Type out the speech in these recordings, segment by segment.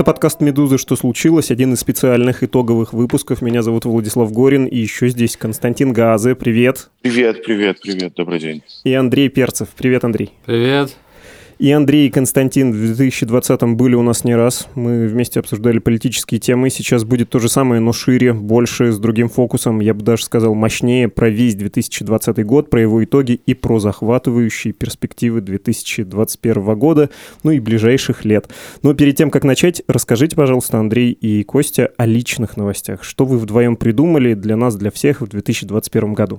подкаст «Медузы. Что случилось?» Один из специальных итоговых выпусков. Меня зовут Владислав Горин, и еще здесь Константин Газе. Привет. Привет, добрый день. И Андрей Перцев. Привет, Андрей. Привет. И Андрей и Константин в 2020-м были у нас не раз. Мы вместе обсуждали политические темы. Сейчас будет то же самое, но шире, больше, с другим фокусом. Я бы даже сказал мощнее, про весь 2020 год, про его итоги и про захватывающие перспективы 2021 года, ну и ближайших лет. Но перед тем, как начать, расскажите, пожалуйста, Андрей и Костя, о личных новостях. Что вы вдвоем придумали для нас, для всех в 2021 году?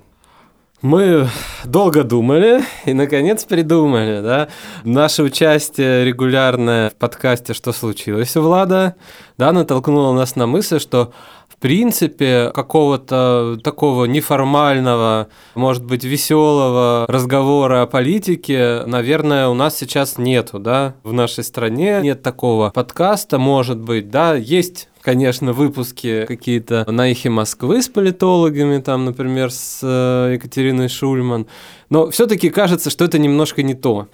Мы долго думали и, наконец, придумали, да. Наше участие регулярное в подкасте «Что случилось у Влада», да, натолкнуло нас на мысль, что, в принципе, какого-то такого неформального, может быть, веселого разговора о политике, наверное, у нас сейчас нету, да. В нашей стране нет такого подкаста, может быть, да. Есть, конечно, выпуски какие-то на «Эхе Москвы» с политологами, там, например, с Екатериной Шульман, но все-таки кажется, что это немножко не то.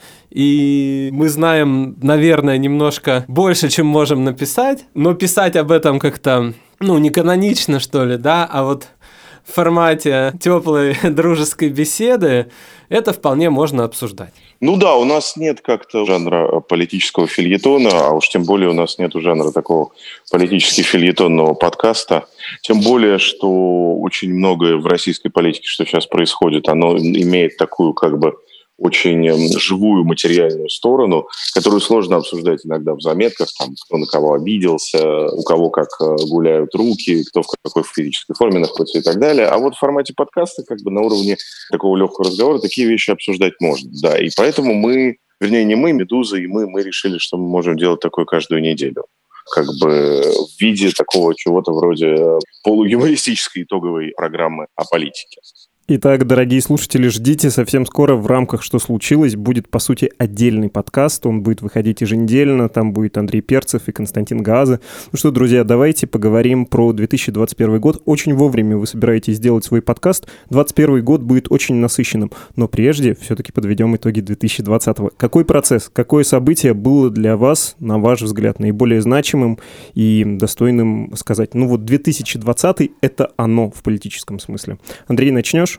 И мы знаем, наверное, немножко больше, чем можем написать, но писать об этом как-то, не канонично, что ли, да, а вот в формате теплой дружеской беседы это вполне можно обсуждать. Ну да, у нас нет как-то жанра политического фельетона, а уж тем более у нас нет жанра такого политически фельетонного подкаста. Тем более, что очень многое в российской политике, что сейчас происходит, оно имеет такую как бы очень живую материальную сторону, которую сложно обсуждать иногда в заметках, там, кто на кого обиделся, у кого как гуляют руки, кто в какой физической форме находится и так далее. А вот в формате подкаста как бы на уровне такого легкого разговора такие вещи обсуждать можно. Да, и поэтому «Медуза», и мы решили, что мы можем делать такое каждую неделю. Как бы в виде такого чего-то вроде полуюмористической итоговой программы о политике. Итак, дорогие слушатели, ждите, совсем скоро в рамках «Что случилось» будет, по сути, отдельный подкаст. Он будет выходить еженедельно, там будет Андрей Перцев и Константин Газе. Ну что, друзья, давайте поговорим про 2021 год. Очень вовремя вы собираетесь сделать свой подкаст. 2021 год будет очень насыщенным. Но прежде все-таки подведем итоги 2020. Какой процесс, какое событие было для вас, на ваш взгляд, наиболее значимым и достойным сказать? 2020 — это оно в политическом смысле. Андрей, начнешь?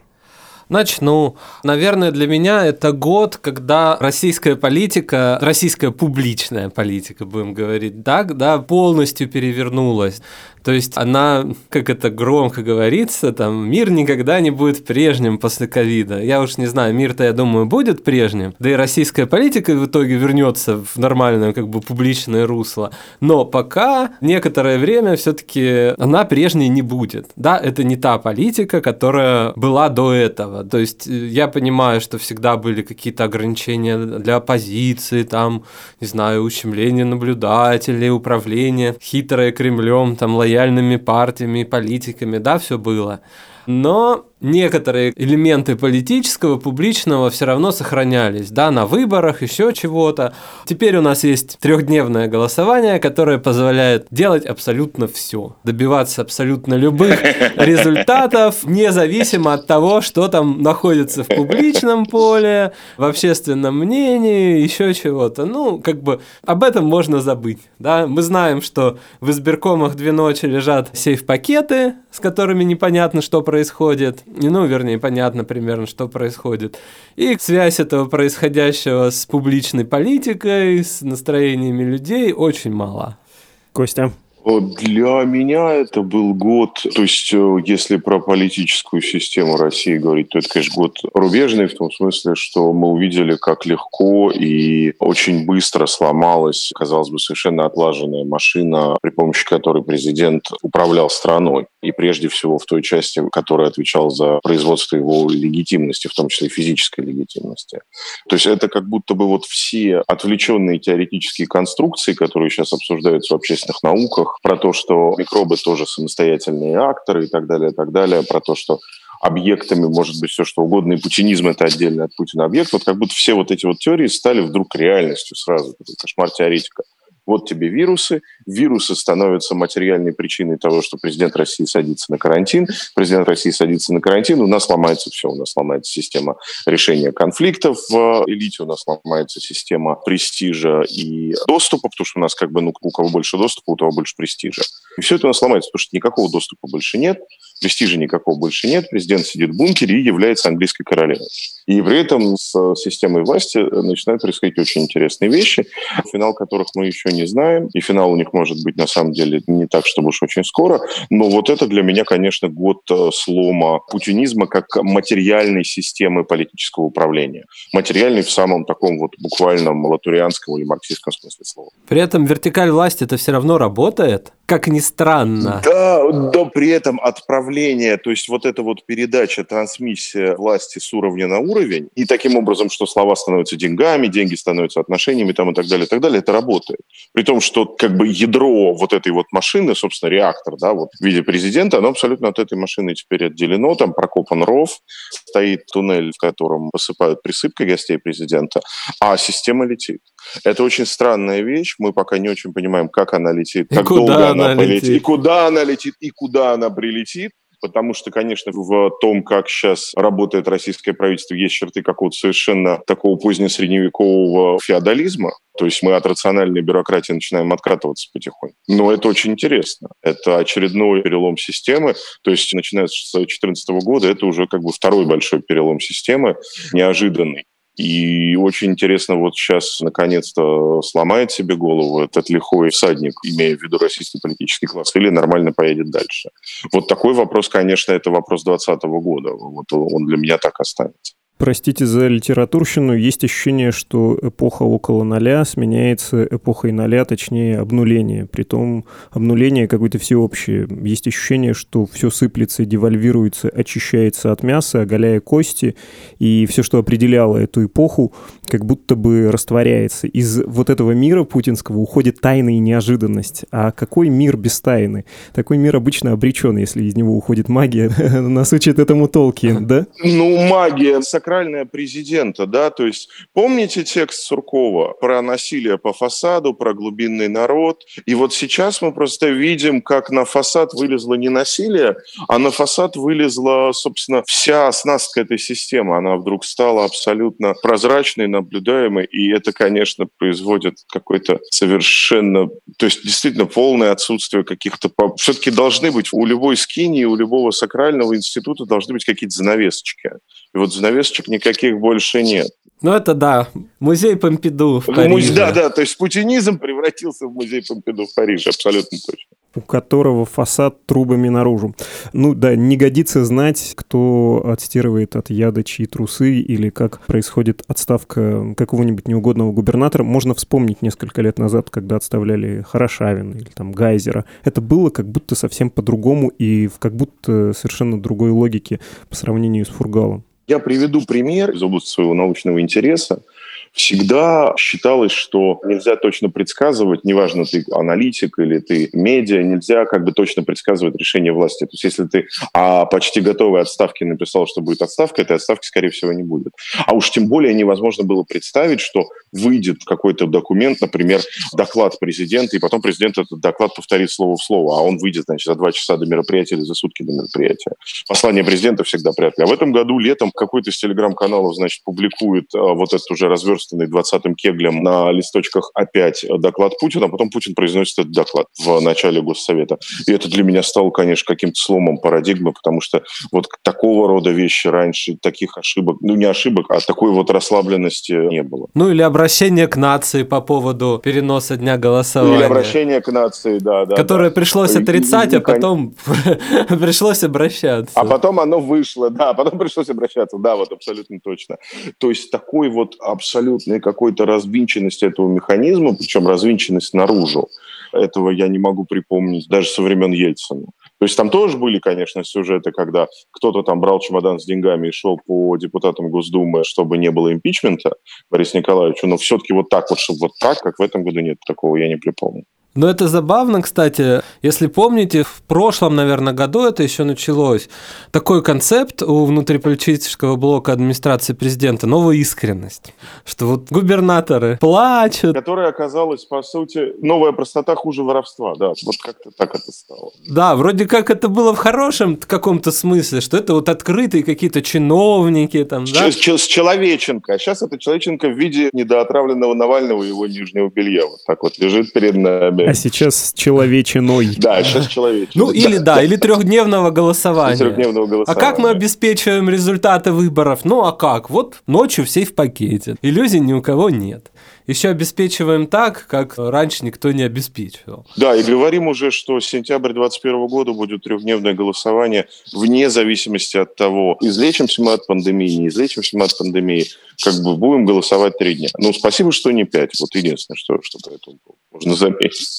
Начну. Наверное, для меня это год, когда российская политика, российская публичная политика, будем говорить так, да, полностью перевернулась. То есть она, как это громко говорится, там, мир никогда не будет прежним после ковида. Я уж не знаю, мир-то, я думаю, будет прежним. Да и российская политика в итоге вернется в нормальное, как бы, публичное русло. Но пока некоторое время все-таки она прежней не будет. Да, это не та политика, которая была до этого. То есть я понимаю, что всегда были какие-то ограничения для оппозиции, там, не знаю, ущемление наблюдателей, управление хитрое Кремлем, там, лояльными партиями и политиками, да, все было. Но некоторые элементы политического, публичного все равно сохранялись, да, на выборах, еще чего-то. Теперь у нас есть 3-дневное голосование, которое позволяет делать абсолютно все, добиваться абсолютно любых результатов, независимо от того, что там находится в публичном поле, в общественном мнении, еще чего-то. Об этом можно забыть, да. Мы знаем, что в избиркомах 2 ночи лежат сейф-пакеты, с которыми непонятно, что происходит. Понятно примерно, что происходит. И связь этого происходящего с публичной политикой, с настроениями людей очень мала. Костя? Для меня это был год, то есть если про политическую систему России говорить, то это, конечно, год рубежный в том смысле, что мы увидели, как легко и очень быстро сломалась, казалось бы, совершенно отлаженная машина, при помощи которой президент управлял страной. И прежде всего в той части, которая отвечала за производство его легитимности, в том числе физической легитимности. То есть это как будто бы все отвлеченные теоретические конструкции, которые сейчас обсуждаются в общественных науках, про то, что микробы тоже самостоятельные акторы и так далее, про то, что объектами может быть все что угодно, и путинизм — это отдельный от Путина объект. Как будто все эти теории стали вдруг реальностью сразу. Такой кошмар теоретика. Вот тебе вирусы. Вирусы становятся материальной причиной того, что президент России садится на карантин. Президент России садится на карантин, у нас ломается все. У нас ломается система решения конфликтов в элите, у нас ломается система престижа и доступа, потому что у нас у кого больше доступа, у того больше престижа. И все это у нас ломается, потому что никакого доступа больше нет, престижа никакого больше нет, президент сидит в бункере и является английской королевой. И при этом с системой власти начинают происходить очень интересные вещи, финал которых мы еще не знаем, и финал у них может быть на самом деле не так, чтобы уж очень скоро, но вот это для меня, конечно, год слома путинизма как материальной системы политического управления. Материальной в самом таком вот буквальном латурианском или марксистском смысле слова. При этом вертикаль власти это все равно работает, как ни странно. Да, при этом отправление, то есть вот эта вот передача, трансмиссия власти с уровня на уровень, и таким образом, что слова становятся деньгами, деньги становятся отношениями там, и так далее, это работает. При том, что ядро вот этой вот машины, собственно, реактор, да, вот в виде президента, оно абсолютно от этой машины теперь отделено, там прокопан ров, стоит туннель, в котором посыпают присыпкой гостей президента, а система летит. Это очень странная вещь, мы пока не очень понимаем, как она летит, как долго она полетит, и куда она летит, и куда она прилетит. Потому что, конечно, в том, как сейчас работает российское правительство, есть черты какого-то совершенно такого позднесредневекового феодализма. То есть мы от рациональной бюрократии начинаем откатываться потихоньку. Но это очень интересно. Это очередной перелом системы. То есть начиная с 2014 года это уже второй большой перелом системы, неожиданный. И очень интересно, вот сейчас наконец-то сломает себе голову этот лихой всадник, имея в виду российский политический класс, или нормально поедет дальше. Вот такой вопрос, конечно, это вопрос 2020 года. Вот он для меня так останется. Простите за литературщину, есть ощущение, что эпоха около ноля сменяется эпохой ноля, точнее обнуления. Притом обнуление какое-то всеобщее. Есть ощущение, что все сыплется, девальвируется, очищается от мяса, оголяя кости, и все, что определяло эту эпоху, как будто бы растворяется. Из вот этого мира путинского уходит тайна и неожиданность. А какой мир без тайны? Такой мир обычно обречен, если из него уходит магия. Нас учит этому Толкин, да? Магия сакральная президента, да, то есть помните текст Суркова про насилие по фасаду, про глубинный народ, и вот сейчас мы просто видим, как на фасад вылезло не насилие, а на фасад вылезла, собственно, вся оснастка этой системы, она вдруг стала абсолютно прозрачной, наблюдаемой, и это, конечно, производит какой-то совершенно, то есть действительно полное отсутствие каких-то, все-таки должны быть у любой скинии, у любого сакрального института должны быть какие-то занавесочки, и вот занавесочек никаких больше нет. Ну, это да. Музей Помпиду в Париже. Да, то есть путинизм превратился в музей Помпиду в Париже, абсолютно точно. У которого фасад трубами наружу. Ну да, не годится знать, кто отстирывает от яда чьи трусы или как происходит отставка какого-нибудь неугодного губернатора. Можно вспомнить несколько лет назад, когда отставляли Хорошавина или там Гайзера. Это было как будто совсем по-другому и в как будто совершенно другой логике по сравнению с Фургалом. Я приведу пример из области своего научного интереса. Всегда считалось, что нельзя точно предсказывать, неважно, ты аналитик или ты медиа, нельзя точно предсказывать решение власти. То есть если ты о почти готовой отставке написал, что будет отставка, этой отставки, скорее всего, не будет. А уж тем более невозможно было представить, что выйдет какой-то документ, например, доклад президента, и потом президент этот доклад повторит слово в слово, а он выйдет, за 2 часа до мероприятия или за сутки до мероприятия. Послание президента всегда прятали. А в этом году летом какой-то из телеграм-каналов, публикует вот этот уже разверстанный 20-м кеглем на листочках опять доклад Путина, а потом Путин произносит этот доклад в начале Госсовета. И это для меня стало, конечно, каким-то сломом парадигмы, потому что вот такого рода вещи раньше, таких ошибок, не ошибок, а такой вот расслабленности не было. Ну или обращение к нации по поводу переноса дня голосования. Или обращение к нации, да. Которое пришлось отрицать, а потом пришлось обращаться. А потом оно вышло, да, а потом пришлось обращаться, да, вот абсолютно точно. То есть такой вот абсолютной какой-то развинченности этого механизма, причем развинченность наружу, этого я не могу припомнить даже со времен Ельцина. То есть там тоже были, конечно, сюжеты, когда кто-то там брал чемодан с деньгами и шел по депутатам Госдумы, чтобы не было импичмента Борису Николаевичу, но все-таки вот так вот, чтобы вот так, как в этом году, нет, такого я не припомню. Но это забавно, кстати. Если помните, в прошлом, наверное, году это еще началось. Такой концепт у внутриполитического блока администрации президента – новая искренность. Что вот губернаторы плачут. Которая оказалась, по сути, новая простота хуже воровства. Да, вот как-то так это стало. Да, вроде как это было в хорошем каком-то смысле, что это вот открытые какие-то чиновники. Там, да? С Человеченко. А сейчас это Человеченко в виде недоотравленного Навального и его нижнего белья. Вот так вот лежит перед нами. А сейчас человечиной. Да, сейчас человеченый. Ну, или трехдневного голосования. А как мы обеспечиваем результаты выборов? Ну, а как? Вот ночью все в пакете. Иллюзий ни у кого нет. Еще обеспечиваем так, как раньше никто не обеспечивал. Да, и говорим уже, что с сентября 2021 года будет трехдневное голосование вне зависимости от того, излечимся мы от пандемии, не излечимся мы от пандемии, как бы будем голосовать 3 дня. Ну, спасибо, что не 5. Вот единственное, что по этому можно заметить.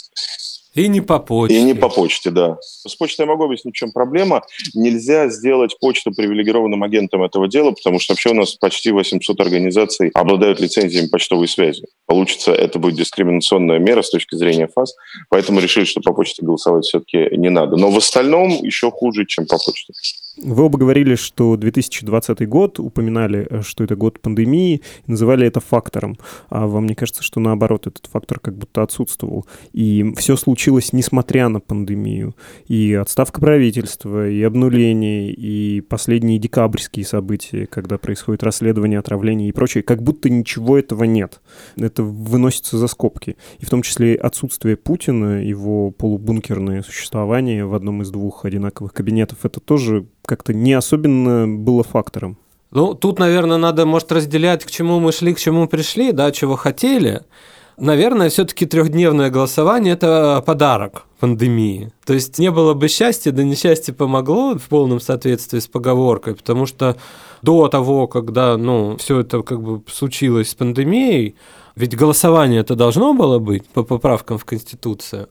И не по почте. И не по почте, да. С почтой я могу объяснить, в чем проблема. Нельзя сделать почту привилегированным агентом этого дела, потому что вообще у нас почти 800 организаций обладают лицензиями почтовой связи. Получится, это будет дискриминационная мера с точки зрения ФАС, поэтому решили, что по почте голосовать все-таки не надо. Но в остальном еще хуже, чем по почте. Вы оба говорили, что 2020 год, упоминали, что это год пандемии, и называли это фактором. А вам не кажется, что наоборот этот фактор как будто отсутствовал? И все случилось несмотря на пандемию. И отставка правительства, и обнуление, и последние декабрьские события, когда происходит расследование отравления и прочее. Как будто ничего этого нет. Это выносится за скобки. И в том числе отсутствие Путина, его полубункерное существование в одном из 2 одинаковых кабинетов, это тоже как-то не особенно было фактором. Ну, тут, наверное, надо, может, разделять, к чему мы шли, к чему пришли, да, чего хотели. Наверное, все-таки трехдневное голосование – это подарок пандемии. То есть не было бы счастья, да несчастье помогло в полном соответствии с поговоркой, потому что до того, когда все это как бы случилось с пандемией, ведь голосование это должно было быть по поправкам в Конституцию.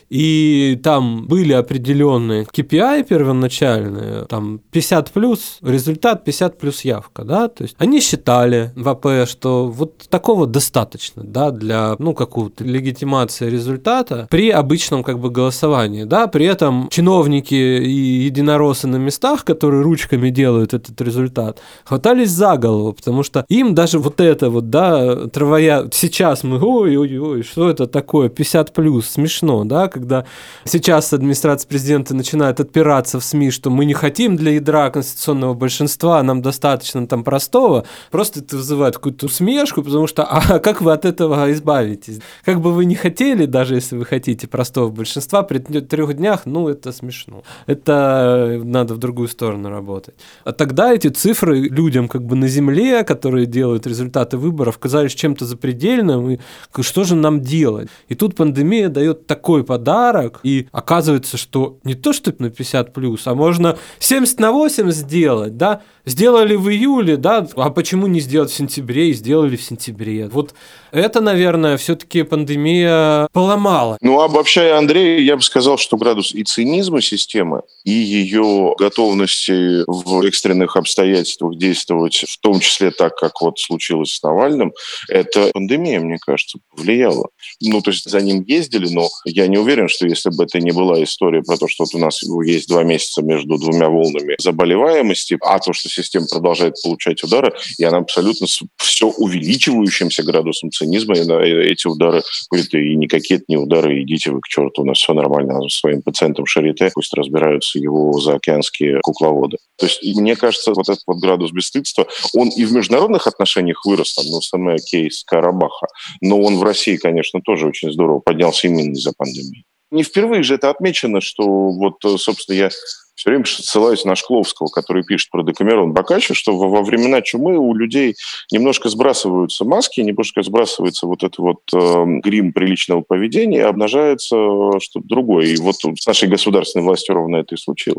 И там были определенные KPI первоначальные, там 50 плюс результат, 50 плюс явка, да, то есть они считали в АП, что вот такого достаточно, да, для, какого-то легитимации результата при обычном как бы голосовании, да, при этом чиновники и единороссы на местах, которые ручками делают этот результат, хватались за голову, потому что им даже вот это вот, да, травоя, сейчас мы, ой-ой-ой, что это такое, 50 плюс, смешно, да, когда сейчас администрация президента начинает отпираться в СМИ, что мы не хотим для ядра конституционного большинства, нам достаточно там простого, просто это вызывает какую-то усмешку, потому что, а как вы от этого избавитесь? Как бы вы ни хотели, даже если вы хотите простого большинства, при 3 днях, это смешно. Это надо в другую сторону работать. А тогда эти цифры людям как бы на земле, которые делают результаты выборов, казались чем-то запредельным, и что же нам делать? И тут пандемия дает такой подарок, и оказывается, что не то, что на 50+, а можно 70 на 8 сделать, да, сделали в июле, да, а почему не сделать в сентябре, и сделали в сентябре. Вот это, наверное, все-таки пандемия поломала. Обобщая, Андрей, я бы сказал, что градус и цинизма системы, и ее готовности в экстренных обстоятельствах действовать, в том числе так, как вот случилось с Навальным, это пандемия, мне кажется, повлияла. То есть за ним ездили, но я не уверен, что если бы это не была история про то, что вот у нас есть 2 месяца между 2 волнами заболеваемости, а то, что система продолжает получать удары, и она абсолютно с все увеличивающимся градусом цинизма эти удары, говорит, и никакие это не удары, идите вы к черту, у нас все нормально, а своим пациентам Шарите пусть разбираются его заокеанские кукловоды. То есть, мне кажется, вот этот вот градус бесстыдства, он и в международных отношениях вырос, там, СМ, кейс Карабаха, но он в России, конечно, тоже очень здорово поднялся именно из-за пандемии. Не впервые же это отмечено, что вот, собственно, я все время ссылаюсь на Шкловского, который пишет про Декамерон Боккаччо, что во времена чумы у людей немножко сбрасываются маски, немножко сбрасывается вот этот вот грим приличного поведения, и обнажается что-то другое. И вот с нашей государственной властью ровно это и случилось.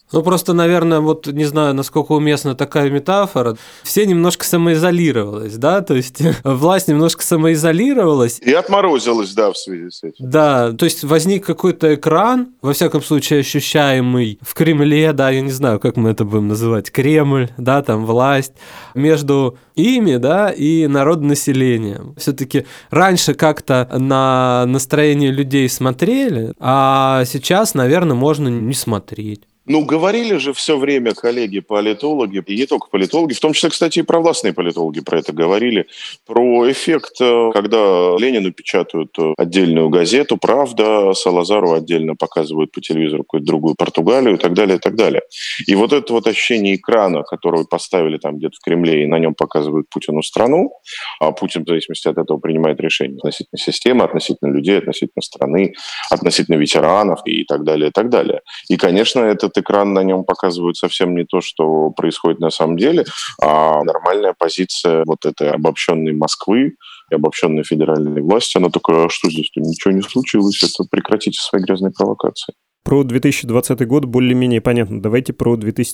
Ну, просто, наверное, вот не знаю, насколько уместна такая метафора. Все немножко самоизолировалось, да? То есть власть немножко самоизолировалась. И отморозилась, да, в связи с этим. Да, то есть возник какой-то экран, во всяком случае ощущаемый в Кремле, да, я не знаю, как мы это будем называть, Кремль, да, там власть, между ими, да, и народонаселением. Все-таки раньше как-то на настроение людей смотрели, а сейчас, наверное, можно не смотреть. Ну, говорили же все время коллеги-политологи, и не только политологи, в том числе, кстати, и провластные политологи про это говорили, про эффект, когда Ленину печатают отдельную газету «Правда», Салазару отдельно показывают по телевизору какую-то другую Португалию и так далее, и так далее. И вот это вот ощущение экрана, которого поставили там где-то в Кремле, и на нем показывают Путину страну, а Путин в зависимости от этого принимает решения относительно системы, относительно людей, относительно страны, относительно ветеранов и так далее, и так далее. И, конечно, этот экран, на нем показывают совсем не то, что происходит на самом деле, а нормальная позиция вот этой обобщенной Москвы и обобщенной федеральной власти. Она такая, что здесь-то ничего не случилось, это прекратите свои грязные провокации. Про 2020 год более-менее понятно. Давайте про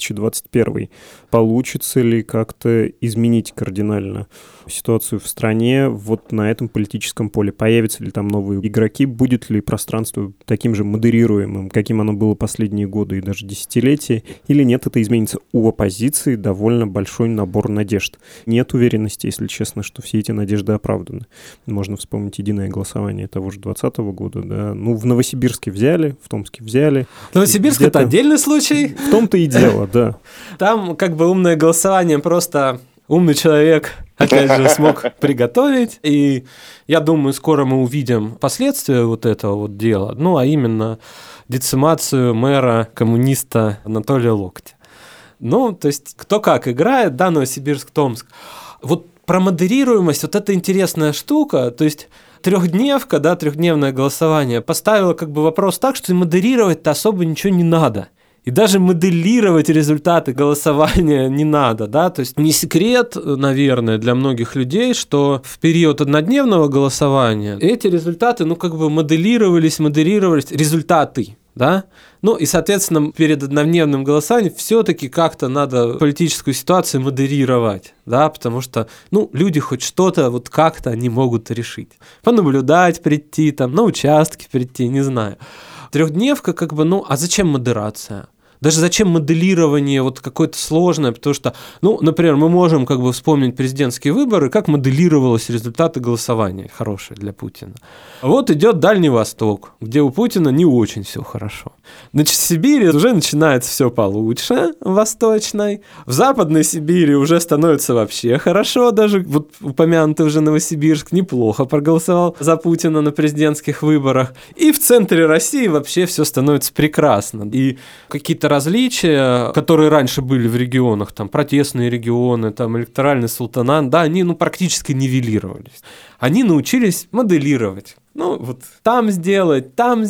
2021. Получится ли как-то изменить кардинально ситуацию в стране вот на этом политическом поле? Появятся ли там новые игроки? Будет ли пространство таким же модерируемым, каким оно было последние годы и даже десятилетия? Или нет, это изменится? У оппозиции довольно большой набор надежд. Нет уверенности, если честно, что все эти надежды оправданы. Можно вспомнить единое голосование того же 2020 года. Да? Ну, в Новосибирске взяли, в Томске взяли. Новосибирск — это отдельный случай. В том-то и дело, да. Там как бы умное голосование просто умный человек, опять же, смог приготовить. И я думаю, скоро мы увидим последствия вот этого вот дела. Ну, а именно децимацию мэра коммуниста Анатолия Локтя. Ну, то есть кто как играет, да, Новосибирск, Томск. Вот про модерируемость, вот это интересная штука, то есть трехдневка, да, трехдневное голосование поставило как бы вопрос так, что и модерировать-то особо ничего не надо. И даже моделировать результаты голосования не надо, да, то есть не секрет, наверное, для многих людей, что в период однодневного голосования эти результаты, ну, как бы моделировались результаты, да, ну, и, соответственно, перед однодневным голосованием все-таки как-то надо политическую ситуацию модерировать, да, потому что, ну, люди хоть что-то вот как-то они могут решить, понаблюдать, прийти, там, на участки прийти, не знаю. Трехдневка, как бы, ну, а зачем модерация? Даже зачем моделирование вот какое-то сложное, потому что, ну, например, мы можем как бы вспомнить президентские выборы, как моделировалось результаты голосования хорошие для Путина. Вот идет Дальний Восток, где у Путина не очень все хорошо. Значит, в Сибири уже начинается все получше, в Восточной. В Западной Сибири уже становится вообще хорошо, даже вот упомянутый уже Новосибирск неплохо проголосовал за Путина на президентских выборах. И в центре России вообще все становится прекрасно. И какие-то различия, которые раньше были в регионах, там протестные регионы, там электоральный султанат, да, они, ну, практически нивелировались. Они научились моделировать. Ну, вот там сделать,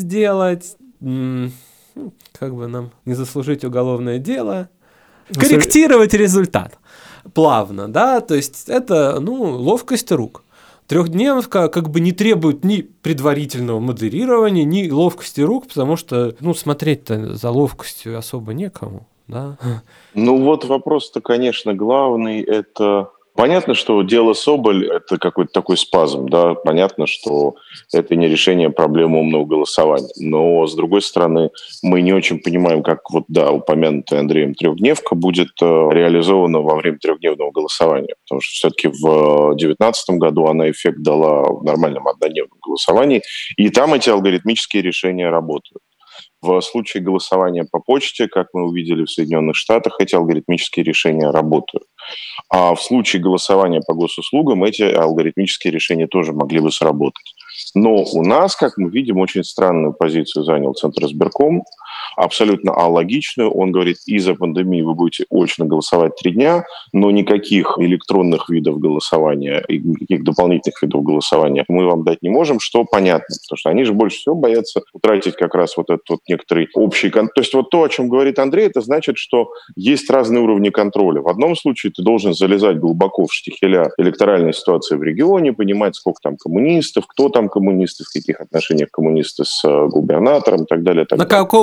как бы нам не заслужить уголовное дело, корректировать результат плавно, да, то есть это, ну, ловкость рук. Трехдневка как бы не требует ни предварительного модерирования, ни ловкости рук, потому что, ну, смотреть-то за ловкостью особо некому, да. Ну вот вопрос-то, конечно, главный, это... Понятно, что дело Соболь – это какой-то такой спазм, да, понятно, что это не решение проблемы умного голосования. Но, с другой стороны, мы не очень понимаем, как вот, да, упомянутая Андреем трехдневка будет реализована во время трехдневного голосования. Потому что все-таки в 2019 году она эффект дала в нормальном однодневном голосовании, и там эти алгоритмические решения работают. В случае голосования по почте, как мы увидели в Соединенных Штатах, эти алгоритмические решения работают. А в случае голосования по госуслугам эти алгоритмические решения тоже могли бы сработать. Но у нас, как мы видим, очень странную позицию занял Центризбирком, абсолютно алогичную. Он говорит, из-за пандемии вы будете очно голосовать 3 дня, но никаких электронных видов голосования и никаких дополнительных видов голосования мы вам дать не можем, что понятно, потому что они же больше всего боятся утратить как раз вот этот вот некоторый общий контроль. То есть вот то, о чем говорит Андрей, это значит, что есть разные уровни контроля. В одном случае ты должен залезать глубоко в штихеля электоральной ситуации в регионе, понимать, сколько там коммунистов, кто там коммунисты, в каких отношениях коммунисты с губернатором и так далее. На каком УИКе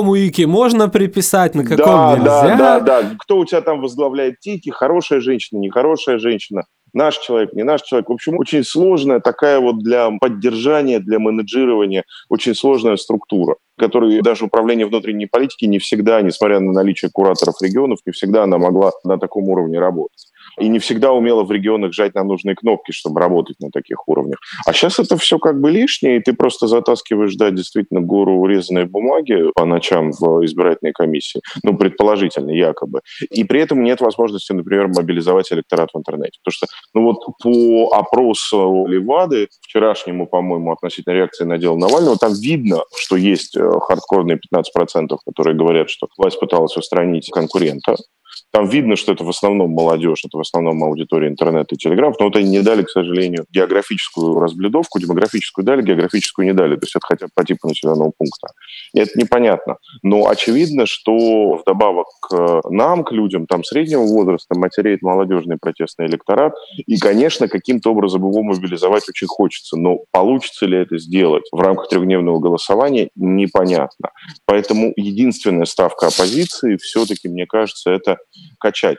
тики можно приписать, на каком нельзя. Да. Кто у тебя там возглавляет тики? Хорошая женщина, нехорошая женщина, наш человек, не наш человек. В общем, очень сложная такая вот для поддержания, для менеджирования, очень сложная структура, которой даже управление внутренней политики не всегда, несмотря на наличие кураторов регионов, не всегда она могла на таком уровне работать. И не всегда умела в регионах жать на нужные кнопки, чтобы работать на таких уровнях. А сейчас это все как бы лишнее, и ты просто затаскиваешь, да, действительно, гору урезанной бумаги по ночам в избирательной комиссии, ну, предположительно, якобы. И при этом нет возможности, например, мобилизовать электорат в интернете. Потому что, ну вот по опросу Левады, вчерашнему, по-моему, относительно реакции на дело Навального, там видно, что есть хардкорные 15%, которые говорят, что власть пыталась устранить конкурента. Там видно, что это в основном молодежь, это в основном аудитория интернета и телеграмм, но вот они не дали, к сожалению, географическую разблюдовку, демографическую дали, географическую не дали, то есть это хотя бы по типу населенного пункта. И это непонятно. Но очевидно, что вдобавок к нам, к людям там среднего возраста, матереет молодежный протестный электорат, и, конечно, каким-то образом его мобилизовать очень хочется, но получится ли это сделать в рамках трехдневного голосования, непонятно. Поэтому единственная ставка оппозиции все-таки, мне кажется, это качать,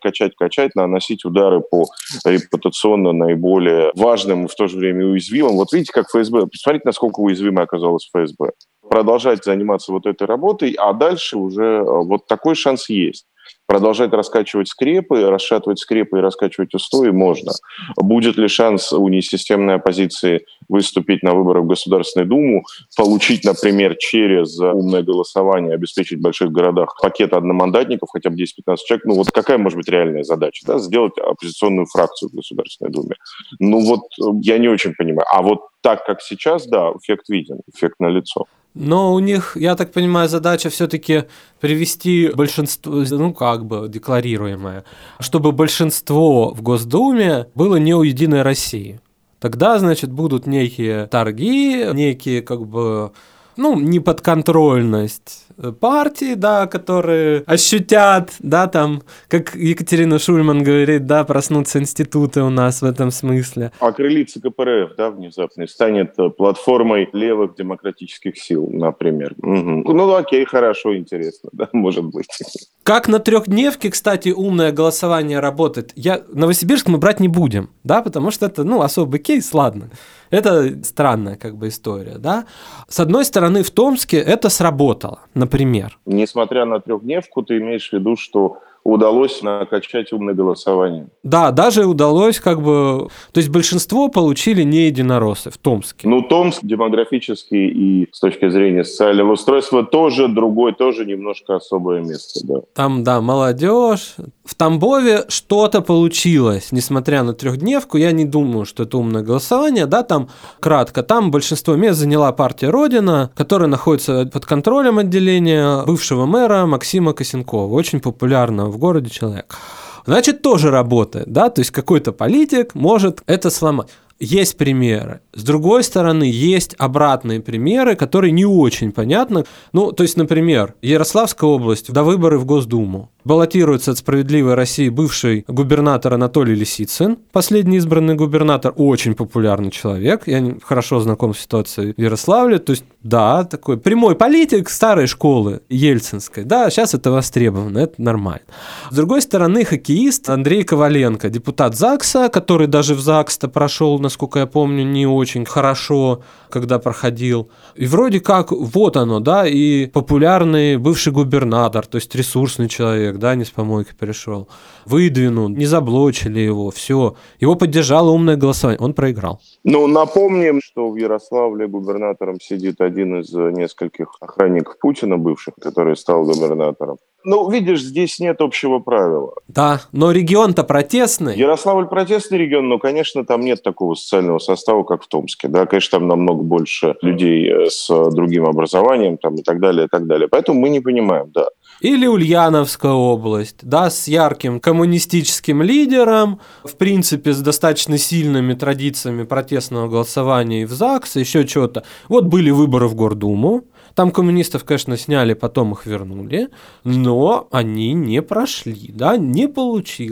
наносить удары по репутационно наиболее важным и в то же время уязвимым. Вот видите, как ФСБ, посмотрите, насколько уязвимой оказалась ФСБ. Продолжать заниматься вот этой работой, а дальше уже вот такой шанс есть. Продолжать раскачивать скрепы, расшатывать скрепы и раскачивать устои можно. Будет ли шанс у несистемной оппозиции выступить на выборах в Государственную Думу, получить, например, через умное голосование, обеспечить в больших городах пакет одномандатников, хотя бы 10-15 человек? Ну вот какая может быть реальная задача? Да? Сделать оппозиционную фракцию в Государственной Думе. Ну вот я не очень понимаю. А вот так, как сейчас, да, эффект виден, эффект налицо. Но у них, я так понимаю, задача все-таки привести большинство, ну как бы декларируемое, чтобы большинство в Госдуме было не у «Единой России». Тогда, значит, будут некие торги, некие как бы, ну, неподконтрольность партии, да, которые ощутят, да, там, как Екатерина Шульман говорит, да, проснутся институты у нас в этом смысле. Окрылится КПРФ, да, внезапно, станет платформой левых демократических сил, например. Угу. Ну, окей, хорошо, интересно, да, может быть. Как на трехдневке, кстати, умное голосование работает. Новосибирск мы брать не будем, да, потому что это, ну, особый кейс, ладно. Это странная как бы история, да. С одной стороны, в Томске это сработало, например. Несмотря на трехдневку, ты имеешь в виду, что удалось накачать умное голосование. Да, даже удалось как бы... То есть большинство получили не единороссы в Томске. Ну, Томск демографически и с точки зрения социального устройства тоже другой, тоже немножко особое место, да. Там, да, молодежь. В Тамбове что-то получилось, несмотря на трехдневку. Я не думаю, что это умное голосование, да, там кратко. Там большинство мест заняла партия «Родина», которая находится под контролем отделения бывшего мэра Максима Косенкова. Очень популярного в городе человек. Значит, тоже работает, да, то есть какой-то политик может это сломать. Есть примеры. С другой стороны, есть обратные примеры, которые не очень понятны. Ну, то есть, например, Ярославская область, до выборы в Госдуму. Баллотируется от «Справедливой России» бывший губернатор Анатолий Лисицын, последний избранный губернатор, очень популярный человек. Я хорошо знаком с ситуацией в Ярославле. То есть, да, такой прямой политик старой школы ельцинской. Да, сейчас это востребовано, это нормально. С другой стороны, хоккеист Андрей Коваленко, депутат ЗАГСа, который даже в ЗАГС-то прошел, насколько я помню, не очень хорошо, когда проходил. И вроде как вот оно, да, и популярный бывший губернатор, то есть ресурсный человек, да, не с помойки пришел, выдвинул, не заблочили его, все. Его поддержало умное голосование, он проиграл. Ну, напомним, что в Ярославле губернатором сидит один из нескольких охранников Путина бывших, который стал губернатором. Ну, видишь, здесь нет общего правила. Да, но регион-то протестный. Ярославль протестный регион, но, конечно, там нет такого социального состава, как в Томске. Да, конечно, там намного больше людей с другим образованием там, и так далее, и так далее. Поэтому мы не понимаем, да. Или Ульяновская область, да, с ярким коммунистическим лидером, в принципе, с достаточно сильными традициями протестного голосования и в ЗАГС, еще что-то. Вот были выборы в Гордуму. Там коммунистов, конечно, сняли, потом их вернули, но они не прошли, да, не получилось.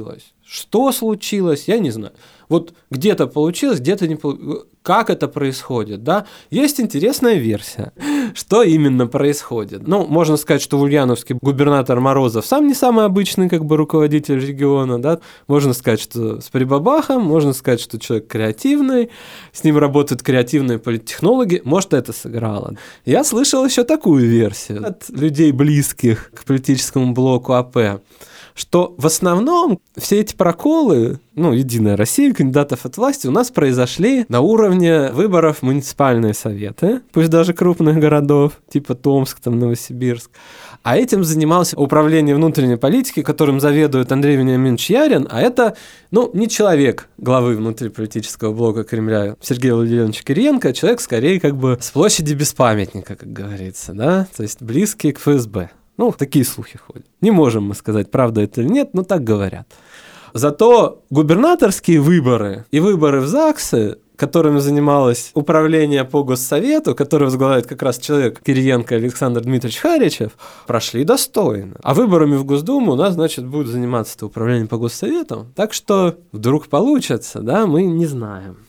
Что случилось, я не знаю. Вот где-то получилось, где-то не получилось. Как это происходит, да? Есть интересная версия, что именно происходит. Ну, можно сказать, что в Ульяновске губернатор Морозов сам не самый обычный как бы руководитель региона, да? Можно сказать, что с прибабахом, можно сказать, что человек креативный, с ним работают креативные политтехнологи, может, это сыграло. Я слышал еще такую версию от людей, близких к политическому блоку АП, что в основном все эти проколы, «Единая Россия», кандидатов от власти у нас произошли на уровне выборов в муниципальные советы, пусть даже крупных городов, типа Томск, Новосибирск. А этим занималось управление внутренней политики, которым заведует Андрей Вениаминович Ярин, а это, не человек главы внутриполитического блока Кремля Сергей Владимирович Кириенко, а человек скорее как бы с площади без памятника, как говорится, да, то есть близкий к ФСБ. Такие слухи ходят. Не можем мы сказать, правда это или нет, но так говорят. Зато губернаторские выборы и выборы в ЗАГСы, которыми занималось управление по Госсовету, которое возглавляет как раз человек Кириенко Александр Дмитриевич Харичев, прошли достойно. А выборами в Госдуму у нас, будет заниматься управление по Госсовету. Так что вдруг получится, да, мы не знаем.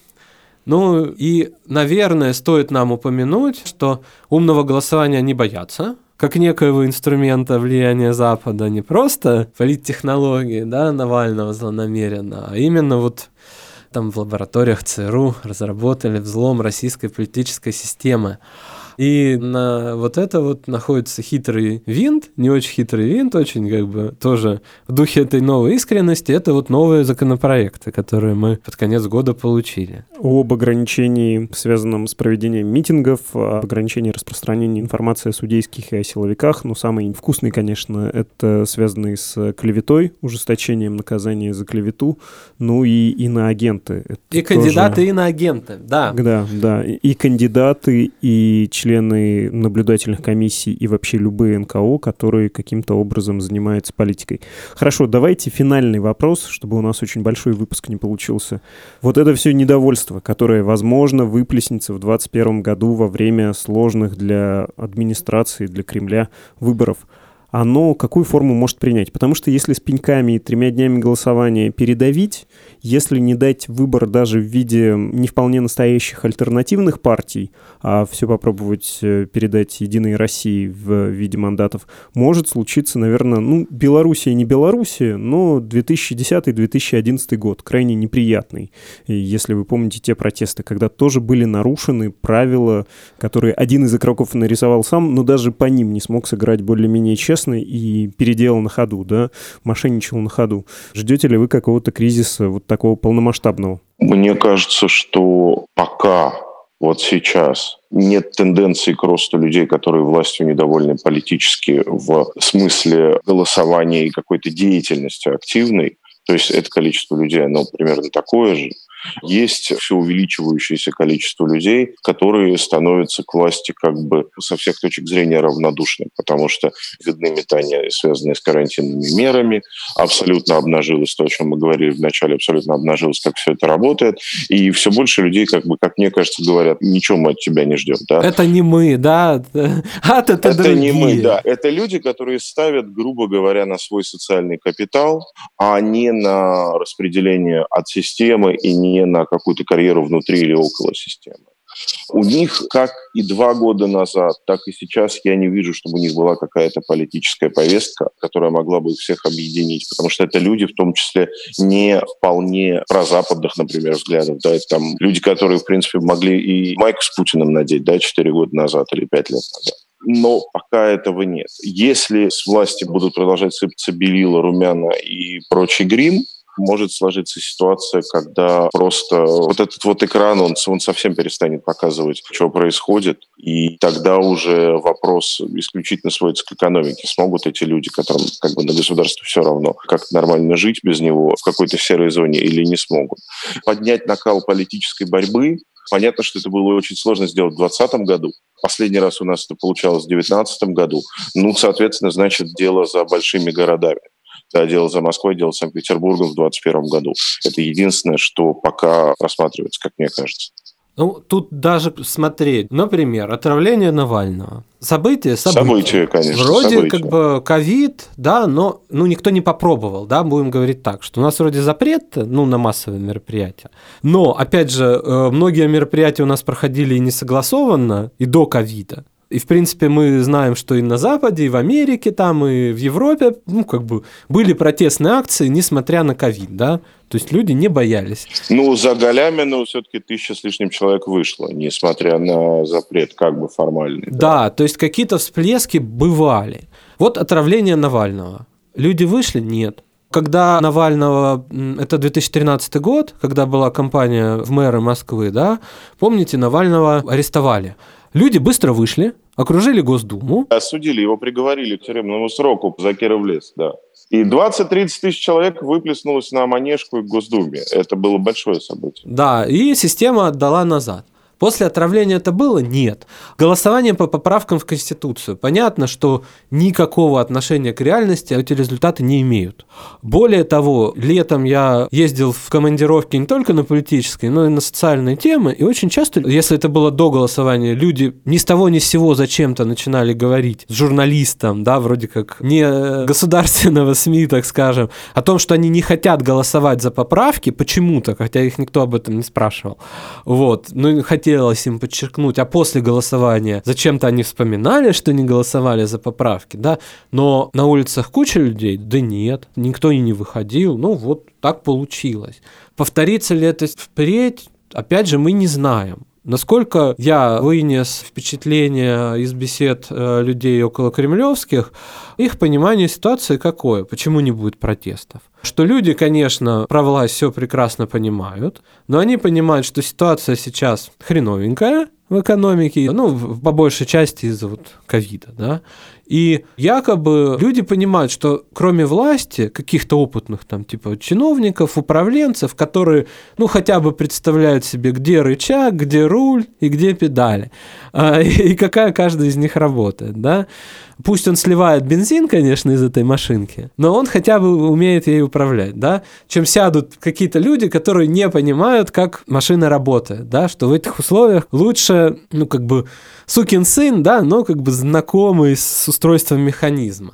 И, наверное, стоит нам упомянуть, что умного голосования не боятся, как некоего инструмента влияния Запада, не просто политтехнологии, да, Навального злонамеренно, а именно там в лабораториях ЦРУ разработали взлом российской политической системы. И на это находится хитрый винт, не очень хитрый винт, очень тоже в духе этой новой искренности. Это новые законопроекты, которые мы под конец года получили. Об ограничении, связанном с проведением митингов, об ограничении распространения информации о судейских и о силовиках. Самый вкусный, конечно, это связанный с клеветой, ужесточением наказания за клевету, и иноагенты. Это и кандидаты иноагенты, да. Да, и кандидаты, и члены наблюдательных комиссий и вообще любые НКО, которые каким-то образом занимаются политикой. Хорошо, давайте финальный вопрос, чтобы у нас очень большой выпуск не получился. Это все недовольство, которое, возможно, выплеснется в 2021 году во время сложных для администрации, для Кремля выборов. Оно какую форму может принять? Потому что если с пеньками и 3 днями голосования передавить, если не дать выбор даже в виде не вполне настоящих альтернативных партий, а все попробовать передать «Единой России» в виде мандатов, может случиться, наверное, Белоруссия не Белоруссия, но 2010-2011 год, крайне неприятный. И если вы помните те протесты, когда тоже были нарушены правила, которые один из игроков нарисовал сам, но даже по ним не смог сыграть более-менее честно и переделал на ходу, да, мошенничал на ходу. Ждете ли вы какого-то кризиса такого полномасштабного? Мне кажется, что пока сейчас нет тенденции к росту людей, которые властью недовольны политически в смысле голосования и какой-то деятельности активной. То есть это количество людей, оно примерно такое же. Есть все увеличивающееся количество людей, которые становятся к власти со всех точек зрения равнодушны, потому что видны метания, связанные с карантинными мерами, абсолютно обнажилось то, о чем мы говорили вначале, абсолютно обнажилось, как все это работает, и все больше людей, как мне кажется, говорят, ничего мы от тебя не ждем. Да? Это не мы, да? Это другие. Не мы, да. Это люди, которые ставят, грубо говоря, на свой социальный капитал, а не на распределение от системы и не на какую-то карьеру внутри или около системы. У них, как и 2 года назад, так и сейчас, я не вижу, чтобы у них была какая-то политическая повестка, которая могла бы их всех объединить, потому что это люди, в том числе, не вполне прозападных, например, взглядов. Да, это там люди, которые, в принципе, могли и майку с Путиным надеть, 4 года назад или 5 лет назад. Но пока этого нет. Если с власти будут продолжать сыпаться белила, румяна и прочий грим, может сложиться ситуация, когда просто этот экран, он совсем перестанет показывать, что происходит, и тогда уже вопрос исключительно сводится к экономике. Смогут эти люди, которым на государстве все равно, как нормально жить без него в какой-то серой зоне или не смогут. Поднять накал политической борьбы. Понятно, что это было очень сложно сделать в 2020 году. Последний раз у нас это получалось в 2019 году. Соответственно, значит, дело за большими городами. Да, дело за Москвой, дело за Санкт-Петербургом в 2021 году. Это единственное, что пока просматривается, как мне кажется. Ну, тут даже смотреть, например, отравление Навального. Событие, конечно. Вроде событие. как бы ковид, да, но никто не попробовал, да, будем говорить так, что у нас вроде запрет, на массовые мероприятия. Но, опять же, многие мероприятия у нас проходили и не согласованно, и до ковида. И, в принципе, мы знаем, что и на Западе, и в Америке, там, и в Европе, были протестные акции, несмотря на ковид, да. То есть люди не боялись. За Галямина все-таки 1000 с лишним человек вышло, несмотря на запрет, как бы формальный. Да, то есть какие-то всплески бывали. Вот отравление Навального. Люди вышли? Нет. Когда Навального, это 2013 год, когда была кампания в мэры Москвы, да, помните, Навального арестовали. Люди быстро вышли, окружили Госдуму. Осудили, его приговорили к тюремному сроку за Киров лес, да. И 20-30 тысяч человек выплеснулось на Манежку и к Госдуме. Это было большое событие. Да, и система отдала назад. После отравления это было? Нет. Голосование по поправкам в Конституцию. Понятно, что никакого отношения к реальности эти результаты не имеют. Более того, летом я ездил в командировки не только на политические, но и на социальные темы, и очень часто, если это было до голосования, люди ни с того ни с сего зачем-то начинали говорить с журналистом, да, вроде как не государственного СМИ, так скажем, о том, что они не хотят голосовать за поправки почему-то, хотя их никто об этом не спрашивал. Хотелось им подчеркнуть, а после голосования зачем-то они вспоминали, что не голосовали за поправки, да, но на улицах куча людей, да нет, никто и не выходил, так получилось. Повторится ли это впредь, опять же, мы не знаем. Насколько я вынес впечатление из бесед людей околокремлевских, их понимание ситуации какое? Почему не будет протестов? Что люди, конечно, про власть все прекрасно понимают, но они понимают, что ситуация сейчас хреновенькая в экономике, по большей части из-за ковида, да, и якобы люди понимают, что кроме власти, каких-то опытных там типа чиновников, управленцев, которые, хотя бы представляют себе, где рычаг, где руль и где педали, и какая каждая из них работает, да. Пусть он сливает бензин, конечно, из этой машинки, но он хотя бы умеет ей управлять, да, чем сядут какие-то люди, которые не понимают, как машина работает, да, что в этих условиях лучше, сукин сын, да, но знакомый с устройством механизма.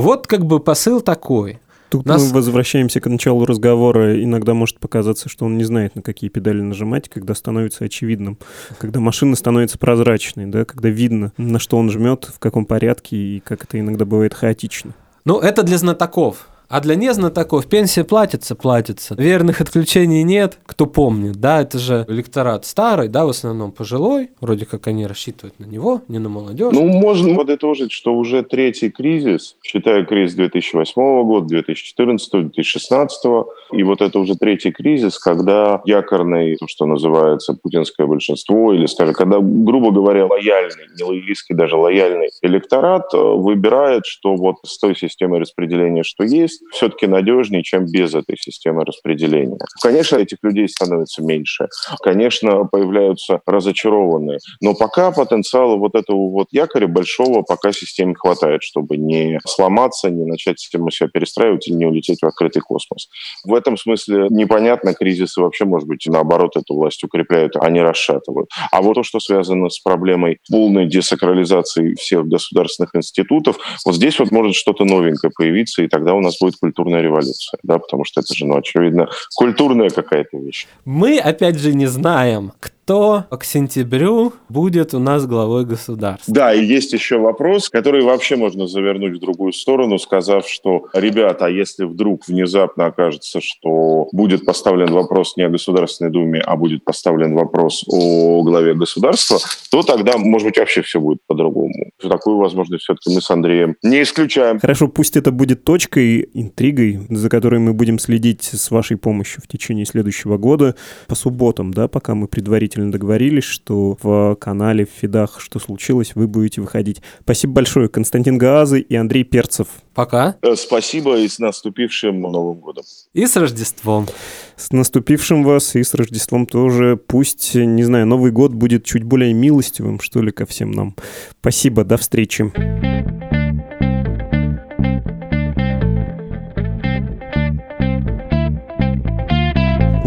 Посыл такой. Тут мы возвращаемся к началу разговора. Иногда может показаться, что он не знает, на какие педали нажимать, когда становится очевидным. Когда машина становится прозрачной, да, когда видно, на что он жмет, в каком порядке, и как это иногда бывает хаотично. Это для знатоков. А для незнатоков пенсия платится. Верных отключений нет, кто помнит, да, это же электорат старый, да, в основном пожилой, вроде как они рассчитывают на него, не на молодежь. Можно подытожить, что уже третий кризис, считая кризис 2008 года, 2014, 2016, и это уже третий кризис, когда якорный, то, что называется путинское большинство, или, скажем, когда, грубо говоря, лояльный, не лоялистский, даже лояльный электорат выбирает, что с той системой распределения, что есть, все-таки надежнее, чем без этой системы распределения. Конечно, этих людей становится меньше. Конечно, появляются разочарованные. Но пока потенциала этого якоря большого пока системе хватает, чтобы не сломаться, не начать систему себя перестраивать или не улететь в открытый космос. В этом смысле непонятно, кризисы вообще, может быть, наоборот, эту власть укрепляют, а не расшатывают. А то, что связано с проблемой полной десакрализации всех государственных институтов, здесь может что-то новенькое появиться, и тогда у нас будет культурная революция, да, потому что это же, очевидно, культурная какая-то вещь. Мы, опять же, не знаем, кто к сентябрю будет у нас главой государства. Да, и есть еще вопрос, который вообще можно завернуть в другую сторону, сказав, что, ребята, а если вдруг внезапно окажется, что будет поставлен вопрос не о Государственной Думе, а будет поставлен вопрос о главе государства, то тогда, может быть, вообще все будет по-другому. Такую возможность все-таки мы с Андреем не исключаем. Хорошо, пусть это будет точкой, интригой, за которой мы будем следить с вашей помощью в течение следующего года по субботам, да, пока мы предварительно договорились, что в канале в фидах «Что случилось?», вы будете выходить. Спасибо большое, Константин Гаазы и Андрей Перцев. Пока. Спасибо, и с наступившим Новым годом. И с Рождеством. С наступившим вас, и с Рождеством тоже. Пусть, не знаю, Новый год будет чуть более милостивым, что ли, ко всем нам. Спасибо, до встречи.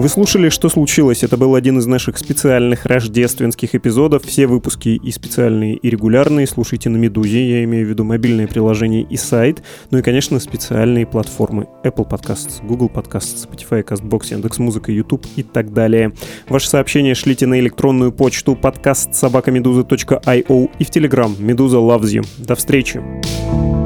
Вы слушали «Что случилось?». Это был один из наших специальных рождественских эпизодов. Все выпуски и специальные, и регулярные слушайте на «Медузе». Я имею в виду мобильное приложение и сайт. Ну и, конечно, специальные платформы Apple Podcasts, Google Podcasts, Spotify, CastBox, Яндекс.Музыка, YouTube и так далее. Ваши сообщения шлите на электронную почту podcast@meduza.io и в Telegram «Медуза loves you». До встречи!